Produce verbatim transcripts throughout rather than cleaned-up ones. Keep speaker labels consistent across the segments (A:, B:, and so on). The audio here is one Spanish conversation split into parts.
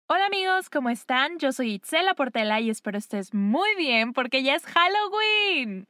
A: Hola amigos, ¿cómo están? Yo soy Itzela Portela y espero estés muy bien porque ya es Halloween.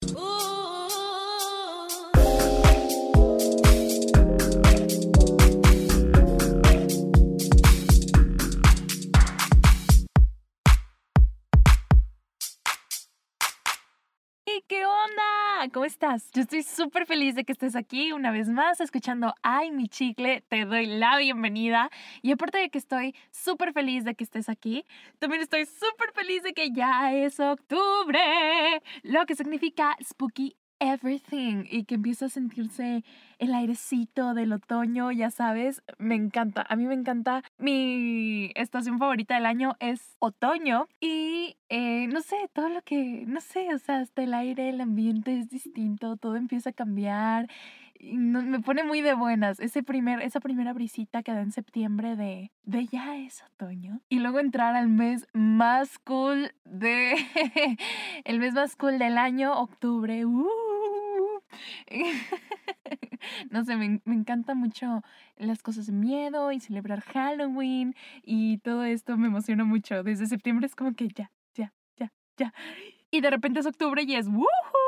A: ¿Y qué onda? ¿Cómo estás? Yo estoy súper feliz de que estés aquí una vez más escuchando Ay, mi chicle. Te doy la bienvenida. Y aparte de que estoy súper feliz de que estés aquí, también estoy súper feliz de que ya es octubre, lo que significa Spooky Everything y que empieza a sentirse el airecito del otoño, ya sabes. Me encanta, a mí me encanta. Mi estación favorita del año es otoño y eh, no sé, todo lo que, no sé, o sea, hasta el aire, el ambiente es distinto, todo empieza a cambiar y no- me pone muy de buenas. Ese primer, esa primera brisita que da en septiembre de, de ya es otoño y luego entrar al mes más cool de, el mes más cool del año, octubre. ¡Uh! No sé, me, me encanta mucho las cosas de miedo y celebrar Halloween y todo esto me emociona mucho. Desde septiembre es como que ya, ya, ya, ya. Y de repente es octubre y es ¡woohoo!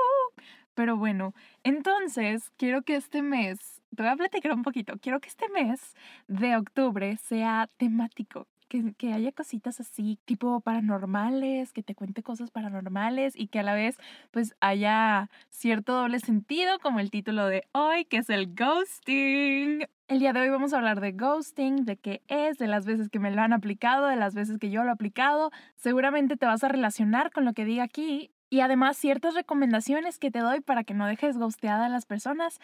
A: Pero bueno, entonces quiero que este mes, te voy a platicar un poquito, quiero que este mes de octubre sea temático. Que, que haya cositas así, tipo paranormales, que te cuente cosas paranormales y que a la vez pues haya cierto doble sentido, como el título de hoy, que es el ghosting. El día de hoy vamos a hablar de ghosting, de qué es, de las veces que me lo han aplicado, de las veces que yo lo he aplicado. Seguramente te vas a relacionar con lo que diga aquí y además ciertas recomendaciones que te doy para que no dejes ghosteada a las personas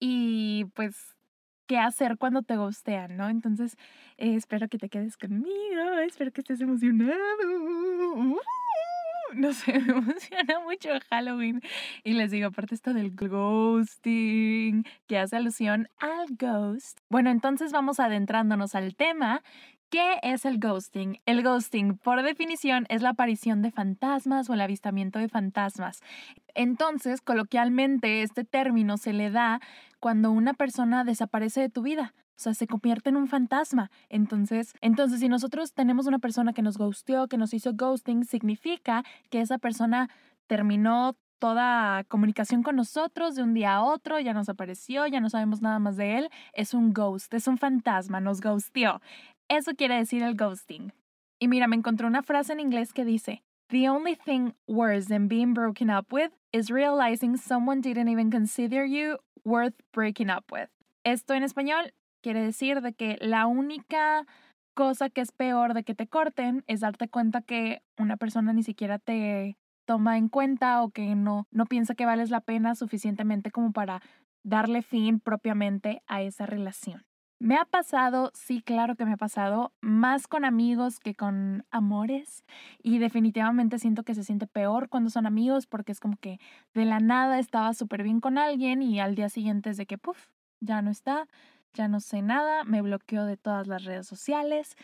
A: y pues qué hacer cuando te ghostean, ¿no? Entonces, eh, espero que te quedes conmigo, espero que estés emocionado. Uh, no sé, me emociona mucho Halloween. Y les digo, aparte esto del ghosting, que hace alusión al ghost. Bueno, entonces vamos adentrándonos al tema. ¿Qué es el ghosting? El ghosting, por definición, es la aparición de fantasmas o el avistamiento de fantasmas. Entonces, coloquialmente, este término se le da cuando una persona desaparece de tu vida. O sea, se convierte en un fantasma. Entonces, entonces, si nosotros tenemos una persona que nos ghosteó, que nos hizo ghosting, significa que esa persona terminó toda comunicación con nosotros de un día a otro, ya nos apareció, ya no sabemos nada más de él. Es un ghost, es un fantasma, nos ghosteó. Eso quiere decir el ghosting. Y mira, me encontré una frase en inglés que dice, The only thing worse than being broken up with is realizing someone didn't even consider you worth breaking up with. Esto en español quiere decir de que la única cosa que es peor de que te corten es darte cuenta que una persona ni siquiera te toma en cuenta o que no, no piensa que vales la pena suficientemente como para darle fin propiamente a esa relación. Me ha pasado, sí, claro que me ha pasado, más con amigos que con amores y definitivamente siento que se siente peor cuando son amigos porque es como que de la nada estaba súper bien con alguien y al día siguiente es de que, puff, ya no está, ya no sé nada, me bloqueó de todas las redes sociales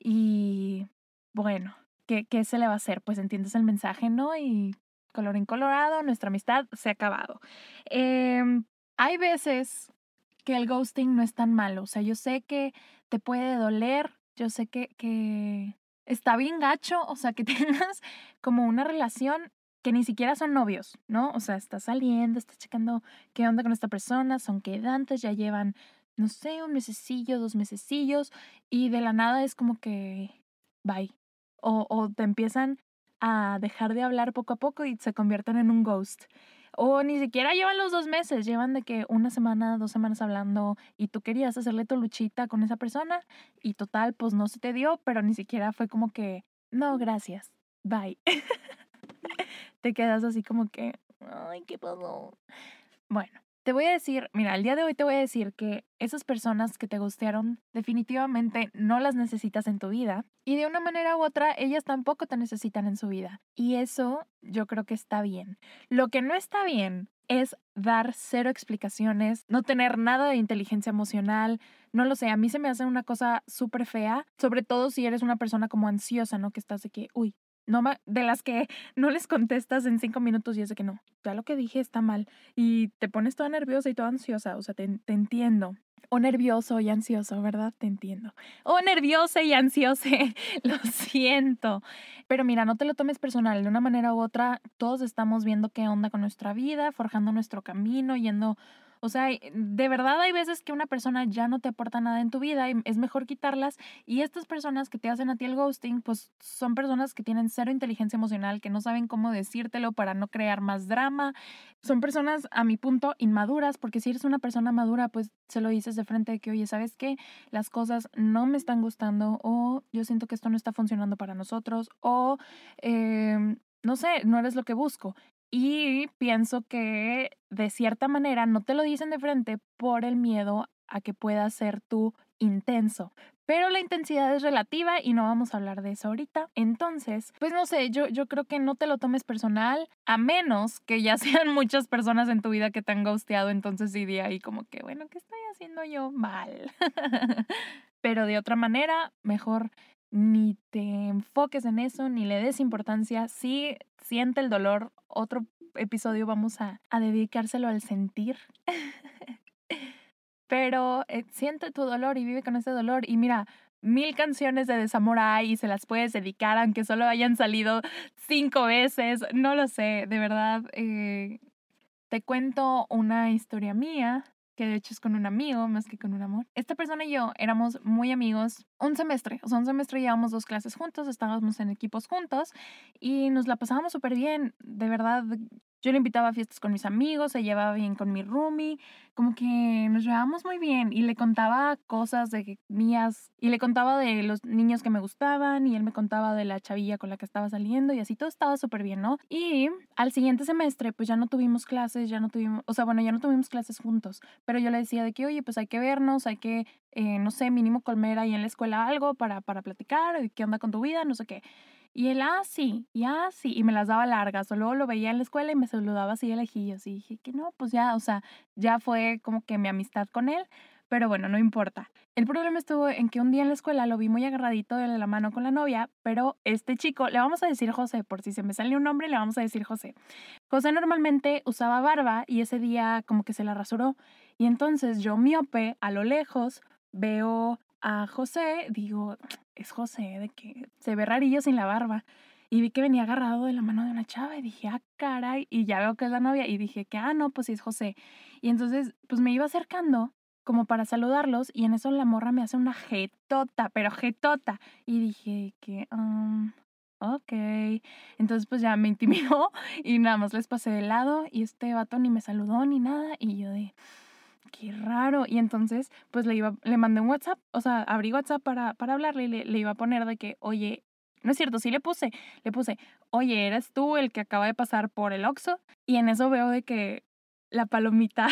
A: y bueno, ¿qué, qué se le va a hacer? Pues entiendes el mensaje, ¿no? Y colorín colorado, nuestra amistad se ha acabado. Em, hay veces que el ghosting no es tan malo. O sea, yo sé que te puede doler, yo sé que, que está bien gacho, o sea, que tengas como una relación que ni siquiera son novios, ¿no? O sea, estás saliendo, estás checando qué onda con esta persona, son quedantes, ya llevan, no sé, un mesecillo, dos mesecillos, y de la nada es como que, bye. O, o te empiezan a dejar de hablar poco a poco y se convierten en un ghost. O ni siquiera llevan los dos meses, llevan de que una semana, dos semanas hablando y tú querías hacerle tu luchita con esa persona y total, pues no se te dio, pero ni siquiera fue como que, no, gracias, bye. Te quedas así como que, ay, ¿qué pasó? Bueno, te voy a decir, mira, el día de hoy te voy a decir que esas personas que te gustearon definitivamente no las necesitas en tu vida y de una manera u otra ellas tampoco te necesitan en su vida. Y eso yo creo que está bien. Lo que no está bien es dar cero explicaciones, no tener nada de inteligencia emocional, no lo sé, a mí se me hace una cosa súper fea, sobre todo si eres una persona como ansiosa, ¿no? Que estás de que, uy, No ma de las que no les contestas en cinco minutos y es de que no, ya lo que dije está mal, y te pones toda nerviosa y toda ansiosa, o sea, te te entiendo. O nervioso y ansioso, ¿verdad? Te entiendo. O nerviosa y ansiose, lo siento. Pero mira, no te lo tomes personal, de una manera u otra, todos estamos viendo qué onda con nuestra vida, forjando nuestro camino, yendo o sea, y de verdad hay veces que una persona ya no te aporta nada en tu vida y es mejor quitarlas, y estas personas que te hacen a ti el ghosting, pues, son personas que tienen cero inteligencia emocional, que no saben cómo decírtelo para no crear más drama. Son personas, a mi punto, inmaduras, porque si eres una persona madura, pues, se lo dices de frente de que: "Oye, ¿sabes qué? Las cosas no me están gustando", o "Yo siento que esto no está funcionando para nosotros", o, em, no sé, "No eres lo que busco". Y pienso que, de cierta manera, no te lo dicen de frente por el miedo a que puedas ser tú intenso, pero la intensidad es relativa y no vamos a hablar de eso ahorita. Entonces, pues no sé, yo yo creo que no te lo tomes personal, a menos que ya sean muchas personas en tu vida que te han ghosteado, entonces sí di ahí como que, bueno, ¿qué estoy haciendo yo mal? Pero de otra manera, mejor ni te enfoques en eso, ni le des importancia. Sí, siente el dolor. Otro episodio vamos a a dedicárselo al sentir. Pero, eh, siente tu dolor y vive con ese dolor. Y mira, mil canciones de desamor hay y se las puedes dedicar, aunque solo hayan salido cinco veces, no lo sé, de verdad, eh, te cuento una historia mía, que de hecho es con un amigo más que con un amor. Esta persona y yo éramos muy amigos un semestre, o sea, un semestre llevábamos dos clases juntos, estábamos en equipos juntos y nos la pasábamos súper bien, de verdad. Yo le invitaba a fiestas con mis amigos, se llevaba bien con mi roomie, como que nos llevábamos muy bien y le contaba cosas de que mías y le contaba de los niños que me gustaban y él me contaba de la chavilla con la que estaba saliendo y así todo estaba súper bien, ¿no? Y al siguiente semestre, pues ya no tuvimos clases, ya no tuvimos, o sea, bueno, ya no tuvimos clases juntos, pero yo le decía de que, oye, pues hay que vernos, hay que, eh, no sé, mínimo comer ahí en la escuela algo para, para platicar, qué onda con tu vida, no sé qué. Y él, ah, sí, y ah, sí, y me las daba largas, o luego lo veía en la escuela y me saludaba así de lejillos, y dije que no, pues ya, o sea, ya fue como que mi amistad con él, pero bueno, no importa. El problema estuvo en que un día en la escuela lo vi muy agarradito de la mano con la novia, pero este chico, le vamos a decir José, por si se me sale un nombre, le vamos a decir José. José normalmente usaba barba y ese día como que se la rasuró, y entonces yo miope, a lo lejos, veo a José, digo, es José, de que se ve rarillo sin la barba. Y vi que venía agarrado de la mano de una chava y dije, ah, caray, y ya veo que es la novia y dije que, ah, no, pues sí es José. Y entonces, pues me iba acercando como para saludarlos y en eso la morra me hace una jetota, pero jetota. Y dije que, um, ok. Entonces, pues ya me intimidó y nada más les pasé de lado y este vato ni me saludó ni nada y yo de... Qué raro. Y entonces, pues le iba, le mandé un WhatsApp, o sea, abrí WhatsApp para, para hablarle y le, le iba a poner de que, oye, no es cierto, sí le puse, le puse, oye, ¿eres tú el que acaba de pasar por el Oxxo? Y en eso veo de que la palomita,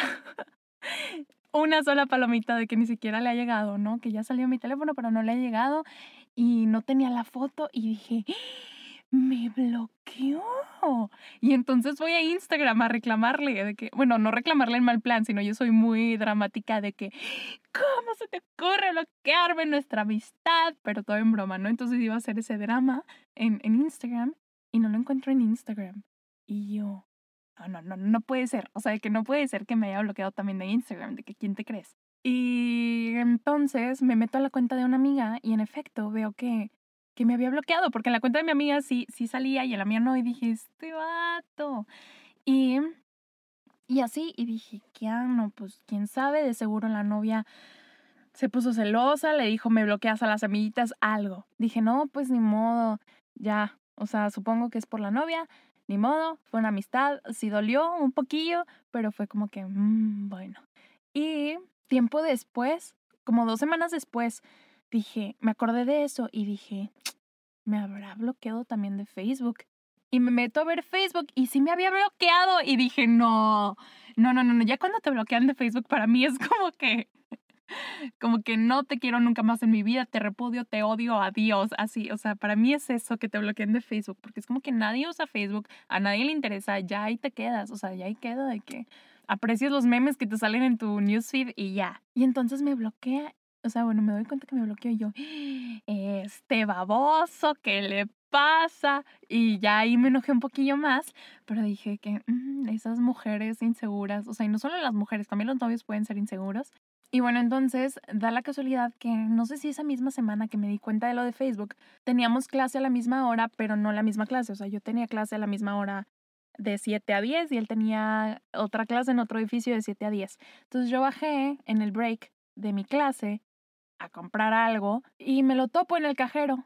A: una sola palomita de que ni siquiera le ha llegado, ¿no? Que ya salió mi teléfono, pero no le ha llegado y no tenía la foto y dije, me bloqueó. Y entonces voy a Instagram a reclamarle de que, bueno, no reclamarle en mal plan, sino yo soy muy dramática de que, ¿cómo se te ocurre bloquearme nuestra amistad? Pero todo en broma, ¿no? Entonces iba a hacer ese drama en, en Instagram y no lo encuentro en Instagram. Y yo, no, no, no, no puede ser. O sea, de que no puede ser que me haya bloqueado también de Instagram, de que quién te crees. Y entonces me meto a la cuenta de una amiga y en efecto veo que que me había bloqueado, porque en la cuenta de mi amiga sí, sí salía y en la mía no, y dije, este vato. Y, y así, y dije, ¿qué no? Pues quién sabe, de seguro la novia se puso celosa, le dijo, me bloqueas a las amiguitas, algo. Dije, no, pues ni modo, ya, o sea, supongo que es por la novia, ni modo, fue una amistad, sí dolió un poquillo, pero fue como que, mmm, bueno. Y tiempo después, como dos semanas después, dije, me acordé de eso y dije, ¿me habrá bloqueado también de Facebook? Y me meto a ver Facebook y sí me había bloqueado y dije, no, no, no, no, no, ya cuando te bloquean de Facebook para mí es como que, como que no te quiero nunca más en mi vida, te repudio, te odio, adiós, así, o sea, para mí es eso que te bloqueen de Facebook, porque es como que nadie usa Facebook, a nadie le interesa, ya ahí te quedas, o sea, ya ahí queda de que aprecias los memes que te salen en tu newsfeed y ya. Y entonces me bloquea, o sea, bueno, me doy cuenta que me bloqueó y yo, este baboso, ¿qué le pasa? Y ya ahí me enojé un poquillo más, pero dije que mm, esas mujeres inseguras, o sea, y no solo las mujeres, también los novios pueden ser inseguros. Y bueno, entonces da la casualidad que no sé si esa misma semana que me di cuenta de lo de Facebook, teníamos clase a la misma hora, pero no la misma clase. O sea, yo tenía clase a la misma hora de siete a diez y él tenía otra clase en otro edificio de siete a diez. Entonces yo bajé en el break de mi clase a comprar algo y me lo topo en el cajero.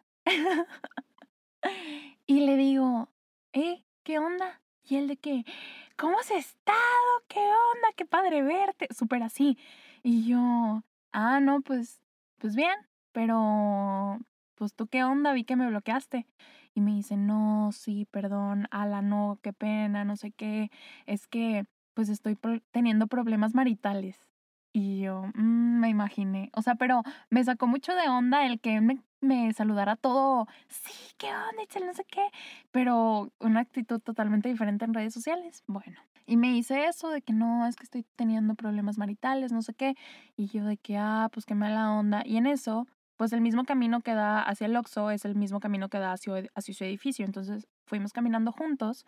A: Y le digo, ¿eh? ¿Qué onda? Y él de que, ¿cómo has estado? ¿Qué onda? Qué padre verte. Súper así. Y yo, ah, no, pues, pues bien, pero, pues tú qué onda, vi que me bloqueaste. Y me dice, no, sí, perdón, ala, no, qué pena, no sé qué. Es que, pues estoy pro- teniendo problemas maritales. Y yo, mm, me imaginé. O sea, pero me sacó mucho de onda el que me, me saludara todo, sí, qué onda, Itzel, no sé qué, pero una actitud totalmente diferente en redes sociales. Bueno, y me hice eso de que no, es que estoy teniendo problemas maritales, no sé qué, y yo de que, ah, pues qué mala onda. Y en eso, pues el mismo camino que da hacia el Oxxo es el mismo camino que da hacia, hacia su edificio. Entonces fuimos caminando juntos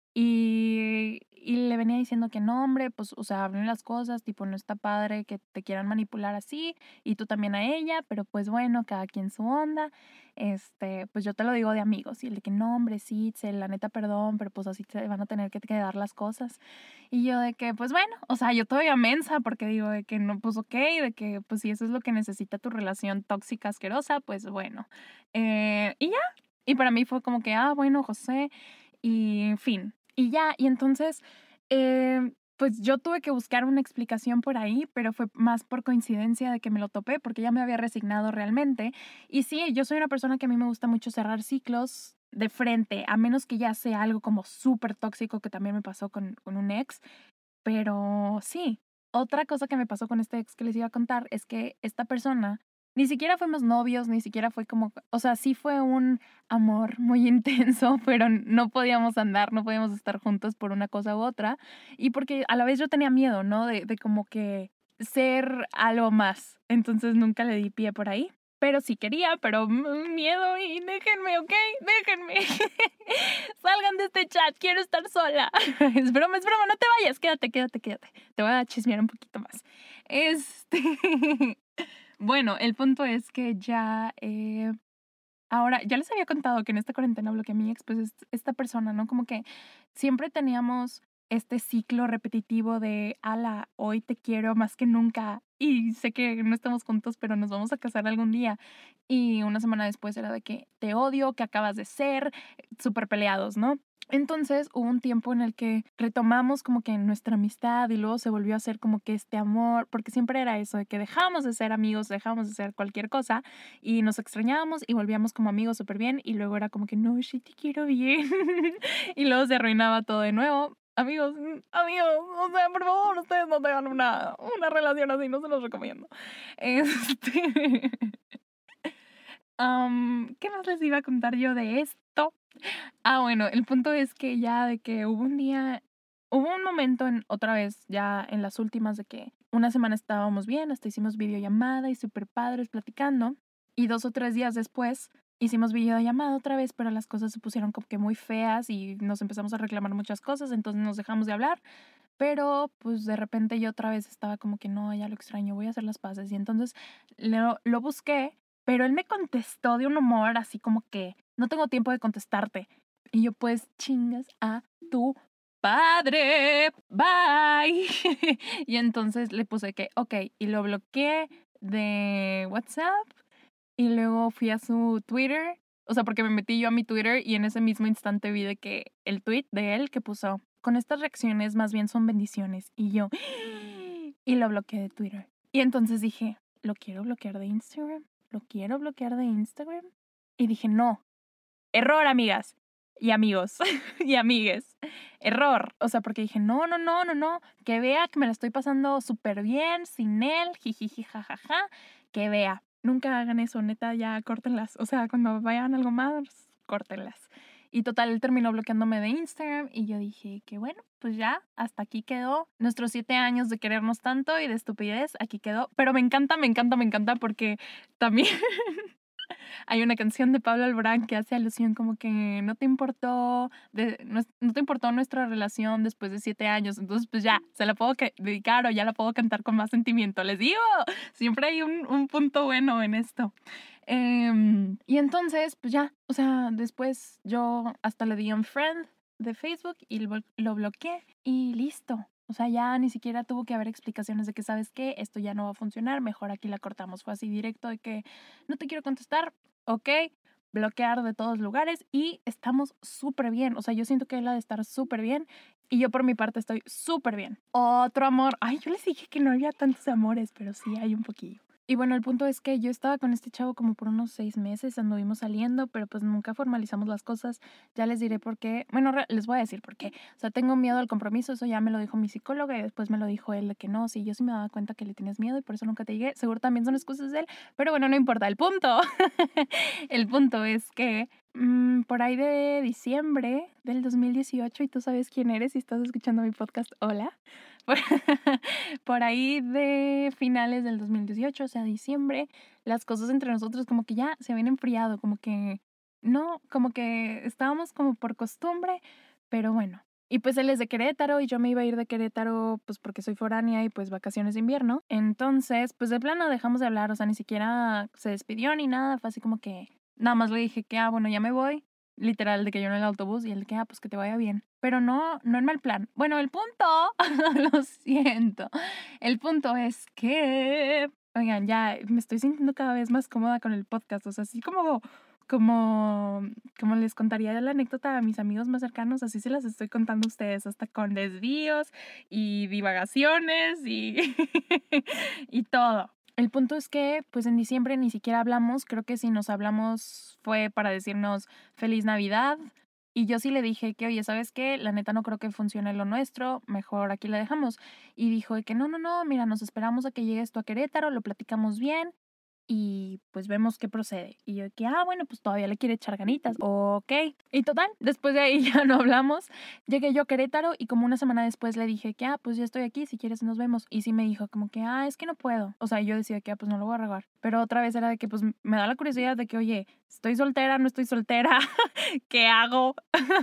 A: y, y le venía diciendo que no, hombre, pues, o sea, hablen las cosas, tipo, no está padre que te quieran manipular así, y tú también a ella, pero pues bueno, cada quien su onda. Este, pues yo te lo digo de amigos, y el de que no, hombre, sí, Itzel, la neta, perdón, pero pues así te van a tener que quedar las cosas. Y yo de que, pues bueno, o sea, yo todavía mensa, porque digo de que no, pues ok, de que pues si eso es lo que necesita tu relación tóxica, asquerosa, pues bueno. Eh, y ya, y para mí fue como que, ah, bueno, José, y en fin. Y ya, y entonces, eh, pues yo tuve que buscar una explicación por ahí, pero fue más por coincidencia de que me lo topé, porque ya me había resignado realmente. Y sí, yo soy una persona que a mí me gusta mucho cerrar ciclos de frente, a menos que ya sea algo como súper tóxico, que también me pasó con, con un ex. Pero sí, otra cosa que me pasó con este ex que les iba a contar es que esta persona, ni siquiera fuimos novios, ni siquiera fue como, o sea, sí fue un amor muy intenso, pero no podíamos andar, no podíamos estar juntos por una cosa u otra. Y porque a la vez yo tenía miedo, ¿no? De, de como que ser algo más. Entonces nunca le di pie por ahí. Pero sí quería, pero mm, miedo y déjenme, ¿ok? Déjenme. Salgan de este chat, quiero estar sola. Es broma, es broma, no te vayas, quédate, quédate, quédate. Te voy a chismear un poquito más. Este. Bueno, el punto es que ya. Eh, ahora, ya les había contado que en esta cuarentena bloqueé a mi ex, pues es esta persona, ¿no? Como que siempre teníamos este ciclo repetitivo de, ala, hoy te quiero más que nunca y sé que no estamos juntos, pero nos vamos a casar algún día. Y una semana después era de que te odio, que acabas de ser, súper peleados, ¿no? Entonces hubo un tiempo en el que retomamos como que nuestra amistad y luego se volvió a hacer como que este amor, porque siempre era eso, de que dejamos de ser amigos, dejamos de ser cualquier cosa y nos extrañábamos y volvíamos como amigos súper bien y luego era como que no, sí te quiero bien y luego se arruinaba todo de nuevo. Amigos, mm, amigos, o sea, por favor, ustedes no tengan una, una relación así, no se los recomiendo. Este, am, ¿qué más les iba a contar yo de esto? Ah, bueno, el punto es que ya de que hubo un día, hubo un momento en otra vez, ya en las últimas, de que una semana estábamos bien, hasta hicimos videollamada y súper padres platicando. Y dos o tres días después hicimos videollamada otra vez, pero las cosas se pusieron como que muy feas y nos empezamos a reclamar muchas cosas, entonces nos dejamos de hablar. Pero pues de repente yo otra vez estaba como que no, ya lo extraño, voy a hacer las paces. Y entonces lo, lo busqué, pero él me contestó de un humor así como que no tengo tiempo de contestarte. Y yo pues chingas a tu padre, bye. Y entonces le puse que, ok, y lo bloqueé de WhatsApp y luego fui a su Twitter, o sea, porque me metí yo a mi Twitter y en ese mismo instante vi de que el tweet de él que puso, con estas reacciones más bien son bendiciones. Y yo, y lo bloqueé de Twitter. Y entonces dije, ¿lo quiero bloquear de Instagram? ¿Lo quiero bloquear de Instagram? Y dije, no, error, amigas y amigos y amigues. Error. O sea, porque dije, no, no, no, no, no. Que vea que me la estoy pasando súper bien sin él. Jijiji, jajaja. Que vea. Nunca hagan eso, neta, ya córtenlas. O sea, cuando vayan algo más, córtenlas. Y total, él terminó bloqueándome de Instagram y yo dije que bueno, pues ya, hasta aquí quedó nuestros siete años de querernos tanto y de estupidez, aquí quedó. Pero me encanta, me encanta, me encanta porque también Hay una canción de Pablo Alborán que hace alusión como que no te importó, de, no, no te importó nuestra relación después de siete años, entonces pues ya, se la puedo que- dedicar o ya la puedo cantar con más sentimiento, les digo, siempre hay un, un punto bueno en esto. Em, y entonces, pues ya, o sea, después yo hasta le di un friend de Facebook y lo, lo bloqueé y listo. O sea, ya ni siquiera tuvo que haber explicaciones de que, ¿sabes qué? Esto ya no va a funcionar, mejor aquí la cortamos. Fue así directo de que no te quiero contestar, ok, bloquear de todos lugares y estamos súper bien. O sea, yo siento que él ha de estar súper bien y yo por mi parte estoy súper bien. Otro amor. Ay, yo les dije que no había tantos amores, pero sí hay un poquillo. Y bueno, el punto es que yo estaba con este chavo como por unos seis meses, anduvimos saliendo, pero pues nunca formalizamos las cosas. Ya les diré por qué. Bueno, re- les voy a decir por qué. O sea, tengo miedo al compromiso, eso ya me lo dijo mi psicóloga y después me lo dijo él de que no, sí, yo sí me daba cuenta que le tienes miedo y por eso nunca te llegué. Seguro también son excusas de él, pero bueno, no importa. El punto, el punto es que mm, por ahí de diciembre del dos mil dieciocho, y tú sabes quién eres si estás escuchando mi podcast, hola. Por, por ahí de finales del dos mil dieciocho, o sea, diciembre, las cosas entre nosotros como que ya se habían enfriado, como que no, como que estábamos como por costumbre, pero bueno. Y pues él es de Querétaro y yo me iba a ir de Querétaro pues porque soy foránea y pues vacaciones de invierno. Entonces, pues de plano dejamos de hablar, o sea, ni siquiera se despidió ni nada, fue así como que nada más le dije que, ah, bueno, ya me voy, literal, de que yo en el autobús y él que, ah, pues que te vaya bien. Pero no, no en mal plan. Bueno, el punto, lo siento, el punto es que, oigan, ya me estoy sintiendo cada vez más cómoda con el podcast, o sea, así como, como, como les contaría la anécdota a mis amigos más cercanos, así se las estoy contando a ustedes, hasta con desvíos y divagaciones y, y todo. El punto es que, pues en diciembre ni siquiera hablamos, creo que si nos hablamos fue para decirnos feliz Navidad. Y yo sí le dije que, oye, ¿sabes qué? La neta no creo que funcione lo nuestro, mejor aquí la dejamos. Y dijo de que no, no, no, mira, nos esperamos a que llegues tú a Querétaro, lo platicamos bien y pues vemos qué procede. Y yo de que, ah, bueno, pues todavía le quiere echar ganitas, ok. Y total, después de ahí ya no hablamos. Llegué yo a Querétaro y como una semana después le dije que, ah, pues ya estoy aquí, si quieres nos vemos. Y sí me dijo como que, ah, es que no puedo. O sea, yo decía que, ah, pues no lo voy a regar. Pero otra vez era de que, pues me da la curiosidad de que, oye, estoy soltera, no estoy soltera, ¿qué hago?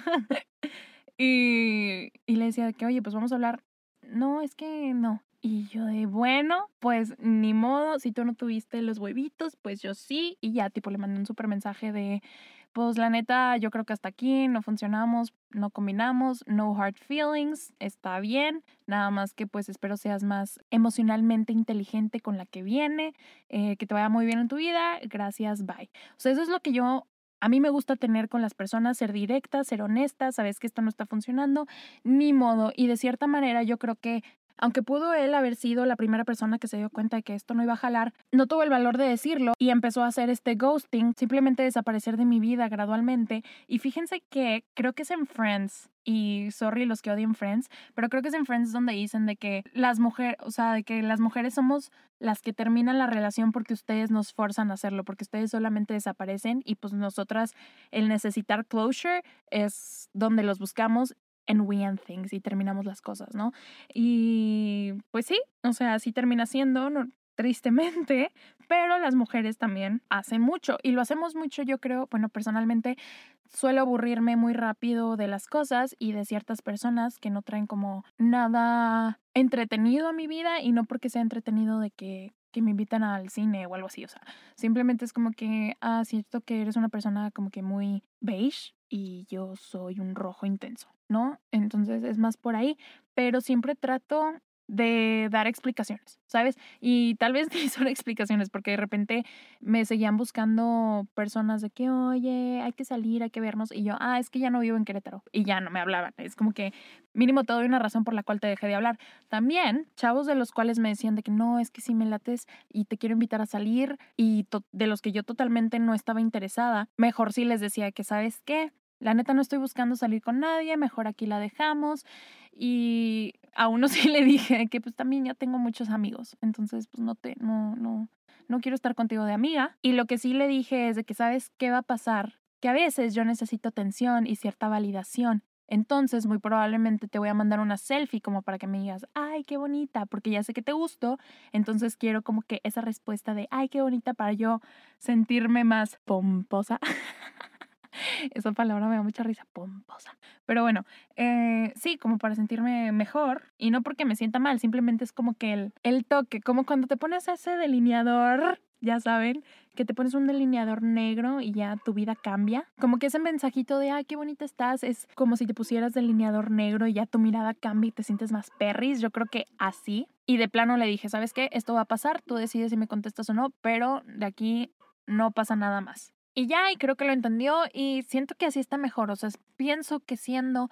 A: y, y le decía de que, oye, pues vamos a hablar. No, es que no. Y yo de, bueno, pues ni modo, si tú no tuviste los huevitos, pues yo sí. Y ya, tipo, le mandé un súper mensaje de, pues la neta, yo creo que hasta aquí no funcionamos, no combinamos, no hard feelings, está bien. Nada más que pues espero seas más emocionalmente inteligente con la que viene, eh, que te vaya muy bien en tu vida, gracias, bye. O sea, eso es lo que yo... A mí me gusta tener con las personas, ser directa, ser honesta, sabes que esto no está funcionando, ni modo. Y de cierta manera yo creo que aunque pudo él haber sido la primera persona que se dio cuenta de que esto no iba a jalar, no tuvo el valor de decirlo y empezó a hacer este ghosting, simplemente desaparecer de mi vida gradualmente. Y fíjense que creo que es en Friends, y sorry los que odian Friends, pero creo que es en Friends donde dicen de que las mujeres, o sea, de que las mujeres somos las que terminan la relación porque ustedes nos forzan a hacerlo, porque ustedes solamente desaparecen y pues nosotras el necesitar closure es donde los buscamos and we end things y terminamos las cosas, ¿no? Y pues sí, o sea, así termina siendo, no, tristemente, pero las mujeres también hacen mucho y lo hacemos mucho, yo creo, bueno, personalmente suelo aburrirme muy rápido de las cosas y de ciertas personas que no traen como nada entretenido a mi vida y no porque sea entretenido de que que me invitan al cine o algo así, o sea, simplemente es como que, ah, siento que eres una persona como que muy beige y yo soy un rojo intenso, ¿no? Entonces es más por ahí, pero siempre trato de dar explicaciones, ¿sabes? Y tal vez ni son explicaciones, porque de repente me seguían buscando personas de que, oye, hay que salir, hay que vernos, y yo, ah, es que ya no vivo en Querétaro, y ya no me hablaban. Es como que mínimo te doy una razón por la cual te dejé de hablar. También, chavos de los cuales me decían de que no, es que sí me lates y te quiero invitar a salir, y de los que yo totalmente no estaba interesada, mejor sí les decía que, ¿sabes qué? La neta no estoy buscando salir con nadie, mejor aquí la dejamos. Y a uno sí le dije que pues también ya tengo muchos amigos, entonces pues no te, no, no, no quiero estar contigo de amiga. Y lo que sí le dije es de que sabes qué va a pasar, que a veces yo necesito atención y cierta validación Entonces, muy probablemente te voy a mandar una selfie como para que me digas, ay, qué bonita, porque ya sé que te gustó. Entonces quiero como que esa respuesta de, ay, qué bonita, para yo sentirme más pomposa. Esa palabra me da mucha risa, pomposa. Pero bueno, eh, sí, como para sentirme mejor. Y no porque me sienta mal, simplemente es como que el, el toque, como cuando te pones ese delineador, ya saben, que te pones un delineador negro y ya tu vida cambia. Como que ese mensajito de, ay, qué bonita estás, es como si te pusieras delineador negro y ya tu mirada cambia y te sientes más perris. Yo creo que así. Y de plano le dije, ¿sabes qué? Esto va a pasar, tú decides si me contestas o no, pero de aquí no pasa nada más. Y ya, y creo que lo entendió y siento que así está mejor. O sea, pienso que siendo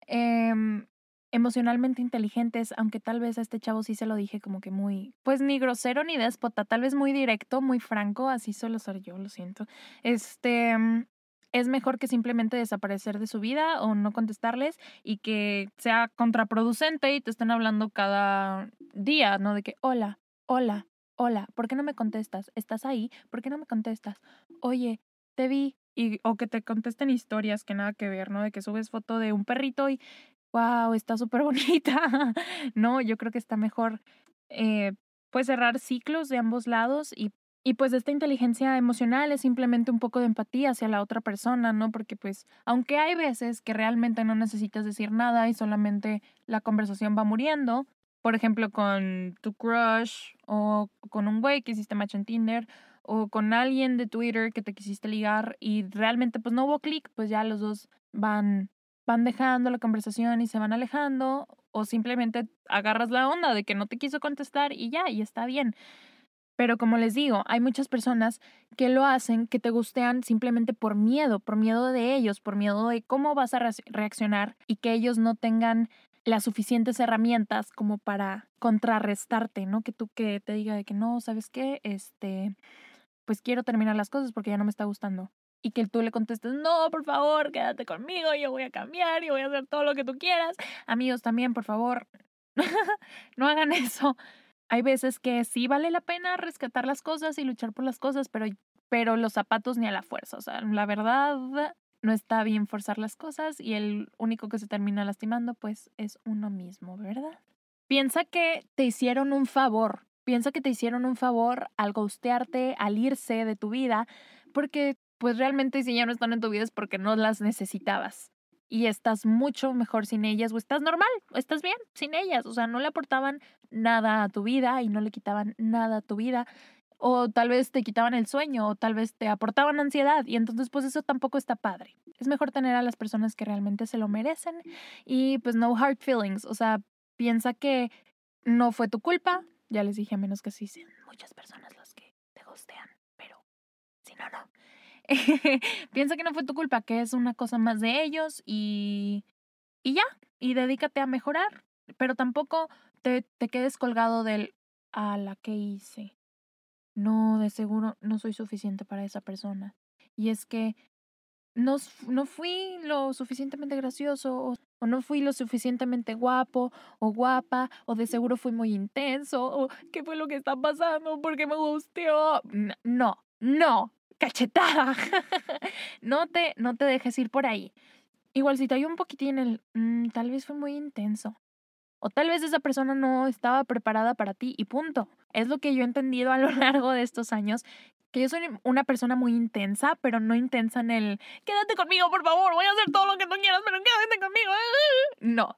A: em, emocionalmente inteligentes, aunque tal vez a este chavo sí se lo dije como que muy, pues ni grosero ni déspota, tal vez muy directo, muy franco, así suelo ser yo, lo siento. Este, mm, es mejor que simplemente desaparecer de su vida o no contestarles y que sea contraproducente y te estén hablando cada día, ¿no? De que, hola, hola, hola, ¿por qué no me contestas? ¿Estás ahí? ¿Por qué no me contestas? Oye, te vi. Y, o que te contesten historias que nada que ver, ¿no? De que subes foto de un perrito y, wow, está súper bonita. No, yo creo que está mejor, eh, pues, cerrar ciclos de ambos lados y, y, pues, esta inteligencia emocional es simplemente un poco de empatía hacia la otra persona, ¿no? Porque, pues, aunque hay veces que realmente no necesitas decir nada y solamente la conversación va muriendo, por ejemplo, con tu crush o con un güey que hiciste match en Tinder o con alguien de Twitter que te quisiste ligar y realmente pues no hubo clic, pues ya los dos van, van dejando la conversación y se van alejando o simplemente agarras la onda de que no te quiso contestar y ya, y está bien. Pero como les digo, hay muchas personas que lo hacen, que te gustean simplemente por miedo, por miedo de ellos, por miedo de cómo vas a re- reaccionar y que ellos no tengan las suficientes herramientas como para contrarrestarte, ¿no? Que tú que te diga de que no, ¿sabes qué? Este, pues quiero terminar las cosas porque ya no me está gustando. Y que tú le contestes, no, por favor, quédate conmigo, yo voy a cambiar y voy a hacer todo lo que tú quieras. Amigos, también, por favor, no hagan eso. Hay veces que sí vale la pena rescatar las cosas y luchar por las cosas, pero, pero los zapatos ni a la fuerza. O sea, la verdad, no está bien forzar las cosas y el único que se termina lastimando, pues, es uno mismo, ¿verdad? Piensa que te hicieron un favor. Piensa que te hicieron un favor al ghostearte, al irse de tu vida, porque pues realmente si ya no están en tu vida es porque no las necesitabas. Y estás mucho mejor sin ellas, o estás normal, o estás bien sin ellas. O sea, no le aportaban nada a tu vida y no le quitaban nada a tu vida. O tal vez te quitaban el sueño, o tal vez te aportaban ansiedad. Y entonces, pues eso tampoco está padre. Es mejor tener a las personas que realmente se lo merecen. Y pues no hard feelings. O sea, piensa que no fue tu culpa. Ya les dije, a menos que sí sean muchas personas las que te gustean, pero si no, no. Piensa que no fue tu culpa, que es una cosa más de ellos y, y ya, y dedícate a mejorar, pero tampoco te, te quedes colgado del a la que hice. No, de seguro no soy suficiente para esa persona. Y es que no, s- no fui lo suficientemente gracioso o, o no fui lo suficientemente guapo o guapa o de seguro fui muy intenso o qué fue lo que está pasando porque me gustó. N- No, no, cachetada. No te, no te dejes ir por ahí. Igual si te hay un poquitín el, "Mm, tal vez fue muy intenso. O tal vez esa persona no estaba preparada para ti y punto. Es lo que yo he entendido a lo largo de estos años, que yo soy una persona muy intensa, pero no intensa en el, quédate conmigo, por favor, voy a hacer todo lo que tú quieras, pero quédate conmigo. No,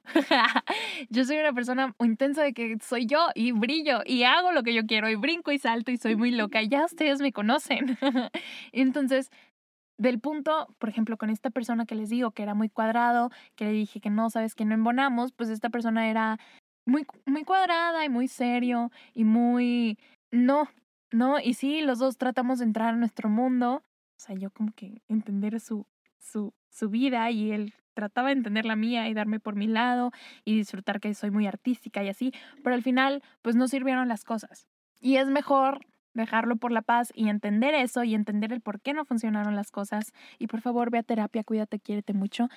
A: yo soy una persona muy intensa de que soy yo y brillo y hago lo que yo quiero y brinco y salto y soy muy loca. Ya ustedes me conocen. Entonces, del punto, por ejemplo, con esta persona que les digo que era muy cuadrado, que le dije que no, sabes que no embonamos, pues esta persona era muy, muy cuadrada y muy serio y muy, no, no, y sí, los dos tratamos de entrar a nuestro mundo, o sea, yo como que entender su, su, su vida y él trataba de entender la mía y darme por mi lado y disfrutar que soy muy artística y así, pero al final, pues no sirvieron las cosas. Y es mejor dejarlo por la paz y entender eso y entender el por qué no funcionaron las cosas. Y por favor, ve a terapia, cuídate, quiérete mucho.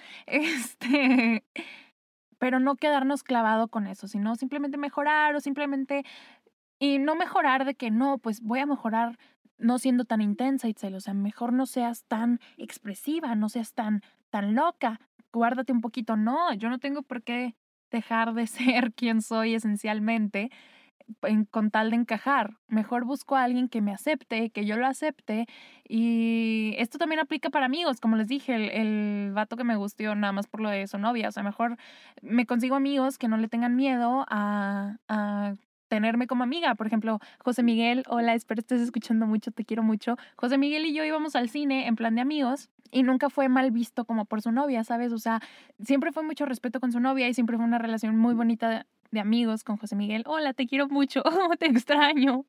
A: Este, pero no quedarnos clavado con eso, sino simplemente mejorar o simplemente, y no mejorar de que no, pues voy a mejorar no siendo tan intensa, Itzel. O sea, mejor no seas tan expresiva, no seas tan, tan loca, guárdate un poquito. No, yo no tengo por qué dejar de ser quien soy esencialmente en con tal de encajar. Mejor busco a alguien que me acepte, que yo lo acepte. Y esto también aplica para amigos, como les dije, el el vato que me gustó nada más por lo de su novia. O sea, mejor me consigo amigos que no le tengan miedo a a tenerme como amiga. Por ejemplo, José Miguel, hola, espero estés escuchando mucho, te quiero mucho. José Miguel y yo íbamos al cine en plan de amigos y nunca fue mal visto como por su novia, ¿sabes? O sea, siempre fue mucho respeto con su novia y siempre fue una relación muy bonita de amigos con José Miguel. Hola, te quiero mucho, te extraño.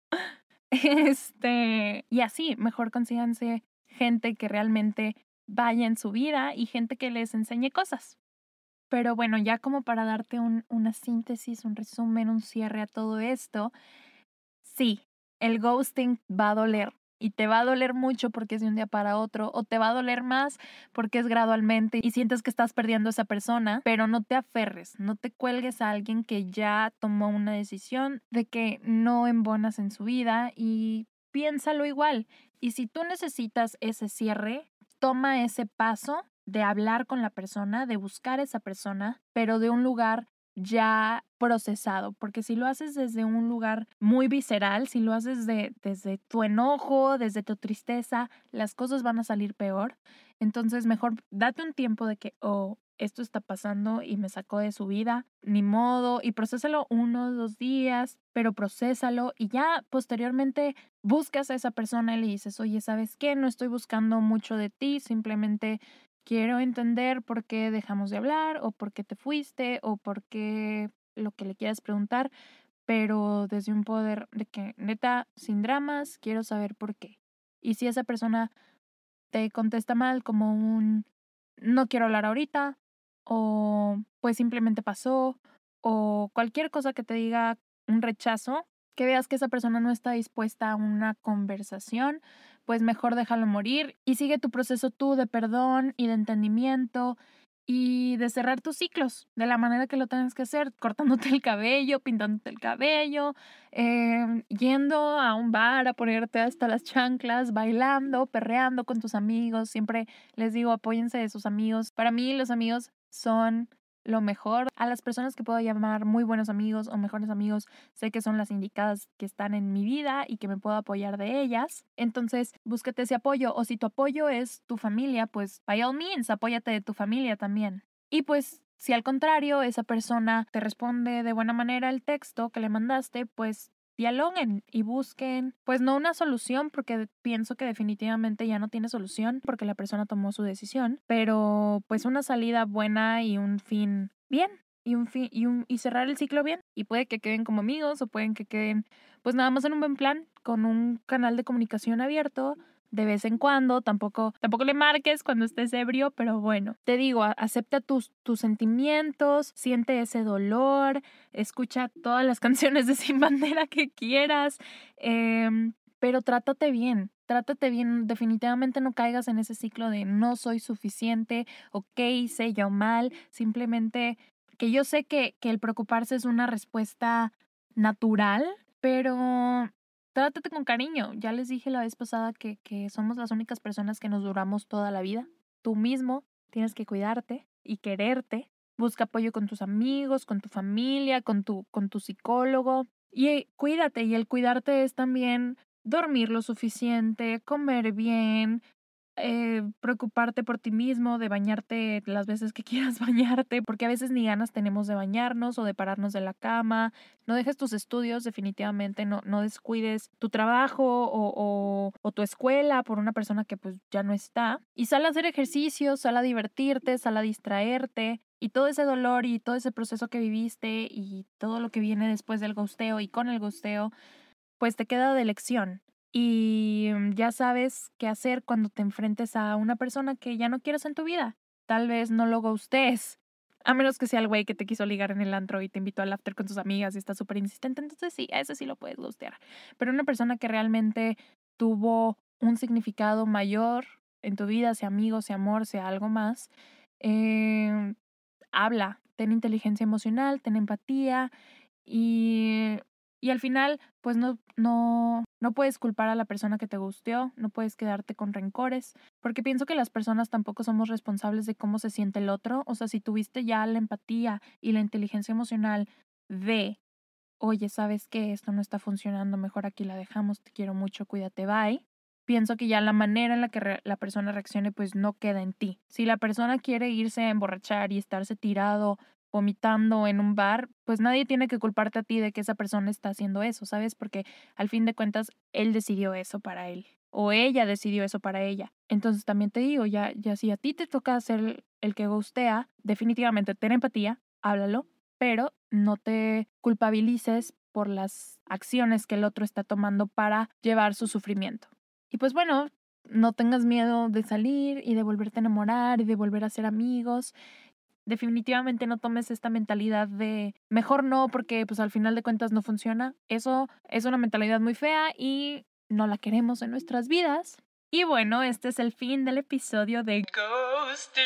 A: Este, y así, mejor consíganse gente que realmente vaya en su vida y gente que les enseñe cosas. Pero bueno, ya como para darte un, una síntesis, un resumen, un cierre a todo esto, sí, el ghosting va a doler y te va a doler mucho porque es de un día para otro o te va a doler más porque es gradualmente y sientes que estás perdiendo a esa persona, pero no te aferres, no te cuelgues a alguien que ya tomó una decisión de que no embonas en su vida y piénsalo igual. Y si tú necesitas ese cierre, toma ese paso de hablar con la persona, de buscar a esa persona, pero de un lugar ya procesado, porque si lo haces desde un lugar muy visceral, si lo haces de, desde tu enojo, desde tu tristeza, las cosas van a salir peor. Entonces, mejor date un tiempo de que, oh, esto está pasando y me sacó de su vida, ni modo, y procésalo uno, dos días, pero procésalo y ya posteriormente buscas a esa persona y le dices, oye, ¿sabes qué? No estoy buscando mucho de ti, simplemente quiero entender por qué dejamos de hablar o por qué te fuiste o por qué lo que le quieras preguntar, pero desde un poder de que neta, sin dramas, quiero saber por qué. Y si esa persona te contesta mal como un no quiero hablar ahorita o pues simplemente pasó o cualquier cosa que te diga un rechazo, que veas que esa persona no está dispuesta a una conversación, pues mejor déjalo morir y sigue tu proceso tú de perdón y de entendimiento y de cerrar tus ciclos de la manera que lo tengas que hacer, cortándote el cabello, pintándote el cabello, em, yendo a un bar a ponerte hasta las chanclas, bailando, perreando con tus amigos. Siempre les digo, apóyense de sus amigos. Para mí los amigos son lo mejor. A las personas que puedo llamar muy buenos amigos o mejores amigos, sé que son las indicadas que están en mi vida y que me puedo apoyar de ellas. Entonces, búscate ese apoyo. O si tu apoyo es tu familia, pues by all means, apóyate de tu familia también. Y pues, si al contrario, esa persona te responde de buena manera el texto que le mandaste, pues dialoguen y busquen, pues no una solución, porque pienso que definitivamente ya no tiene solución porque la persona tomó su decisión, pero pues una salida buena y un fin bien y un fin y un y cerrar el ciclo bien y puede que queden como amigos o pueden que queden pues nada más en un buen plan con un canal de comunicación abierto de vez en cuando, tampoco, tampoco le marques cuando estés ebrio, pero bueno, te digo, a- acepta tus, tus sentimientos, siente ese dolor, escucha todas las canciones de Sin Bandera que quieras, em, pero trátate bien, trátate bien, definitivamente no caigas en ese ciclo de no soy suficiente o qué hice yo mal, simplemente que yo sé que, que el preocuparse es una respuesta natural, pero trátate con cariño. Ya les dije la vez pasada que, que somos las únicas personas que nos duramos toda la vida. Tú mismo tienes que cuidarte y quererte. Busca apoyo con tus amigos, con tu familia, con tu, con tu psicólogo. Y eh, cuídate. Y el cuidarte es también dormir lo suficiente, comer bien, eh, preocuparte por ti mismo, de bañarte las veces que quieras bañarte, porque a veces ni ganas tenemos de bañarnos o de pararnos de la cama. No dejes tus estudios, definitivamente, no, no descuides tu trabajo o, o, o tu escuela por una persona que pues ya no está. Y sal a hacer ejercicio, sal a divertirte, sal a distraerte. Y todo ese dolor y todo ese proceso que viviste y todo lo que viene después del gusteo y con el gusteo, pues te queda de lección. Y mm, ya sabes qué hacer cuando te enfrentes a una persona que ya no quieres en tu vida. Tal vez no lo gustes, a menos que sea el güey que te quiso ligar en el antro y te invitó al after con tus amigas y está súper insistente. Entonces sí, a ese sí lo puedes gustear. Pero una persona que realmente tuvo un significado mayor en tu vida, sea amigo, sea amor, sea algo más, eh, habla, ten inteligencia emocional, ten empatía y Y al final, pues no, no, no puedes culpar a la persona que te gusteó, no puedes quedarte con rencores, porque pienso que las personas tampoco somos responsables de cómo se siente el otro. O sea, si tuviste ya la empatía y la inteligencia emocional de, oye, ¿sabes qué? Esto no está funcionando, mejor aquí la dejamos, te quiero mucho, cuídate, bye. Pienso que ya la manera en la que re- la persona reaccione pues no queda en ti. Si la persona quiere irse a emborrachar y estarse tirado, vomitando en un bar, pues nadie tiene que culparte a ti de que esa persona está haciendo eso, ¿sabes? Porque al fin de cuentas él decidió eso para él o ella decidió eso para ella. Entonces también te digo, ya, ya si a ti te toca ser el, el que gustea, definitivamente ten empatía, háblalo, pero no te culpabilices por las acciones que el otro está tomando para llevar su sufrimiento. Y pues bueno, no tengas miedo de salir y de volverte a enamorar y de volver a ser amigos. Definitivamente no tomes esta mentalidad de mejor no porque pues al final de cuentas no funciona. Eso es una mentalidad muy fea y no la queremos en nuestras vidas. Y bueno, este es el fin del episodio de Ghosting.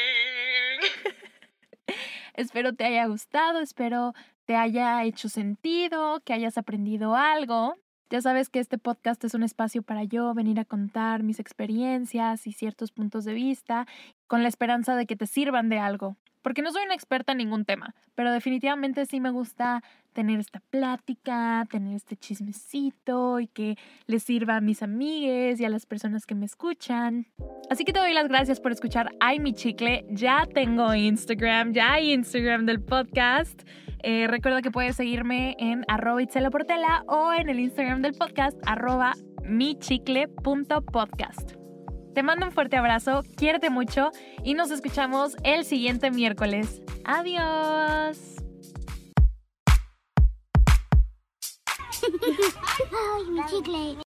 A: Espero te haya gustado, espero te haya hecho sentido, que hayas aprendido algo. Ya sabes que este podcast es un espacio para yo venir a contar mis experiencias y ciertos puntos de vista con la esperanza de que te sirvan de algo. Porque no soy una experta en ningún tema, pero definitivamente sí me gusta tener esta plática, tener este chismecito y que les sirva a mis amigues y a las personas que me escuchan. Así que te doy las gracias por escuchar Ay Mi Chicle. Ya tengo Instagram, ya hay Instagram del podcast. Eh, recuerda que puedes seguirme en arroba Itzela Portela o en el Instagram del podcast arroba michicle punto podcast. Te mando un fuerte abrazo, quiérete mucho y nos escuchamos el siguiente miércoles. ¡Adiós!
B: Ay, mi chicle.